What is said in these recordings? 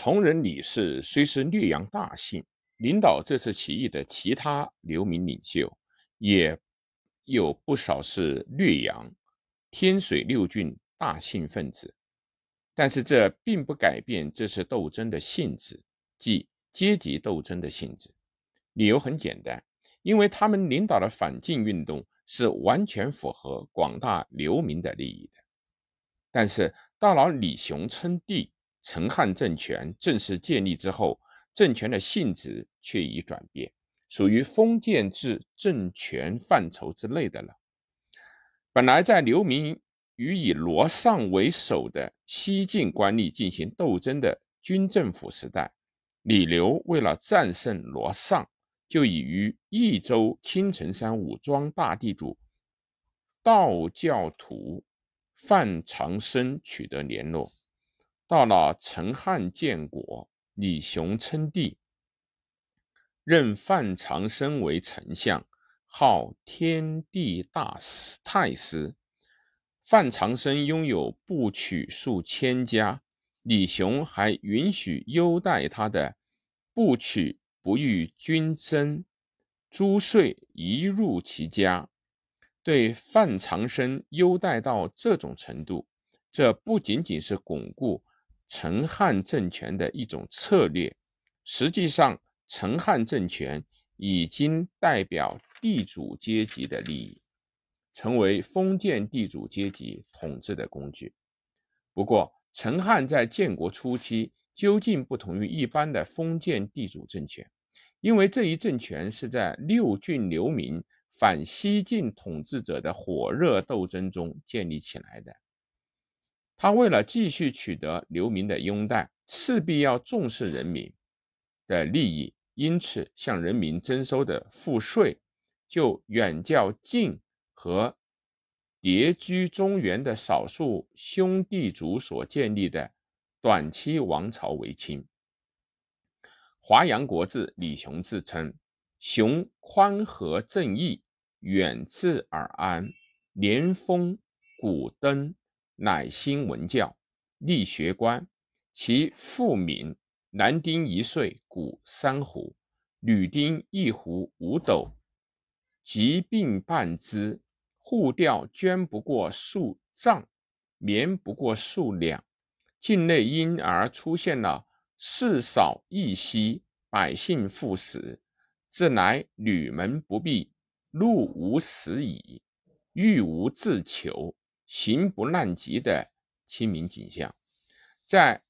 崇仁李氏虽是略阳大姓，领导这次起义的其他流民领袖也有不少是略阳、天水六郡大姓分子，但是这并不改变这次斗争的性质，即阶级斗争的性质。理由很简单，因为他们领导的反晋运动是完全符合广大流民的利益的。但是到了李雄称帝，陈汉政权正式建立之后，政权的性质却已转变，属于封建制政权范畴之内的了。本来在流民与以罗尚为首的西晋官吏进行斗争的军政府时代，李刘为了战胜罗尚，就已于益州青城山武装大地主道教徒范长生取得联络。到了陈汉建国，李雄称帝，任范长生为丞相，号天地大太师。范长生拥有部曲数千家，李雄还允许优待他的部曲不遇均征，租税一入其家。对范长生优待到这种程度，这不仅仅是巩固陈汉政权的一种策略，实际上陈汉政权已经代表地主阶级的利益，成为封建地主阶级统治的工具。不过陈汉在建国初期究竟不同于一般的封建地主政权，因为这一政权是在六郡流民反西晋统治者的火热斗争中建立起来的。他为了继续取得流民的拥戴，势必要重视人民的利益，因此向人民征收的赋税就远较晋和迭居中原的少数兄弟族所建立的短期王朝为轻。华阳国志李雄自称，雄宽和正义，远至尔安，年丰古登，乃兴文教，立学官。其父名男丁1岁，谷3斛，女丁1斛5斗，疾病半之，户调捐不过数丈，棉不过数两。境内因而出现了事少役稀，百姓富死，自乃吕门不闭，路无食矣，欲无自求，行不滥疾的清明景象。在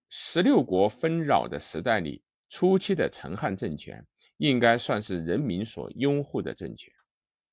16国纷扰的时代里，初期的陈汉政权应该算是人民所拥护的政权。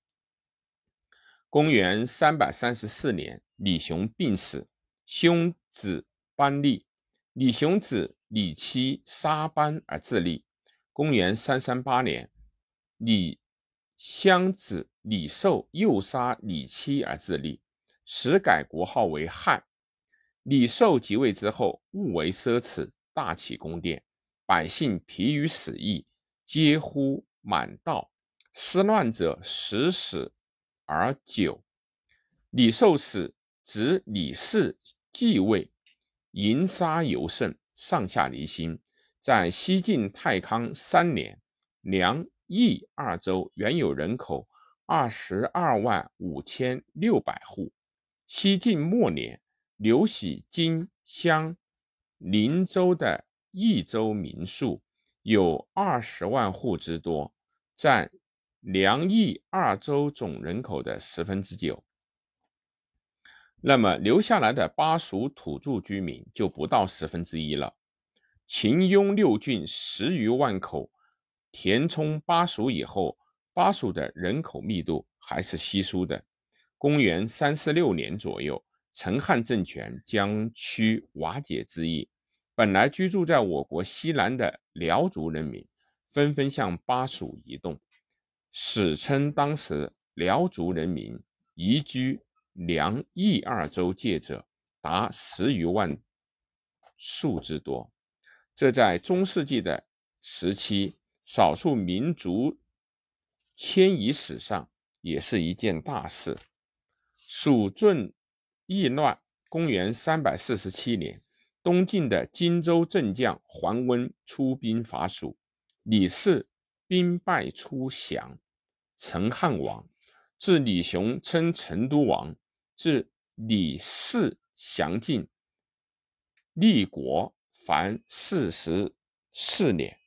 公元334年，李雄病死，兄子班立，李雄子李期杀班而自立。公元338年，李襄子李寿又杀李期而自立，始改国号为汉。李寿即位之后，务为奢侈，大起宫殿，百姓疲于死役，皆呼满道，失乱者10死而9。李寿死，子李氏继位，淫杀尤甚，上下离心。在西晋太康3年，梁益2州原有人口22万5600户。西晋末年，刘喜荆襄临州的益州民数有20万户之多，占梁益2州总人口的9%。那么留下来的巴蜀土著居民就不到1/10了。秦雍6郡10余万口填充巴蜀以后，巴蜀的人口密度还是稀疏的。公元346年左右，陈汉政权将趋瓦解之意，本来居住在我国西南的辽族人民纷纷向巴蜀移动，史称当时辽族人民移居梁益2州界者达10余万数之多。这在中世纪的时期少数民族迁移史上也是一件大事。蜀郡易乱，公元347年， 东晋的荆州正将桓温出兵伐蜀，李氏兵败出降，成汉王。自李雄称成都王，至李氏降晋，立国凡44年。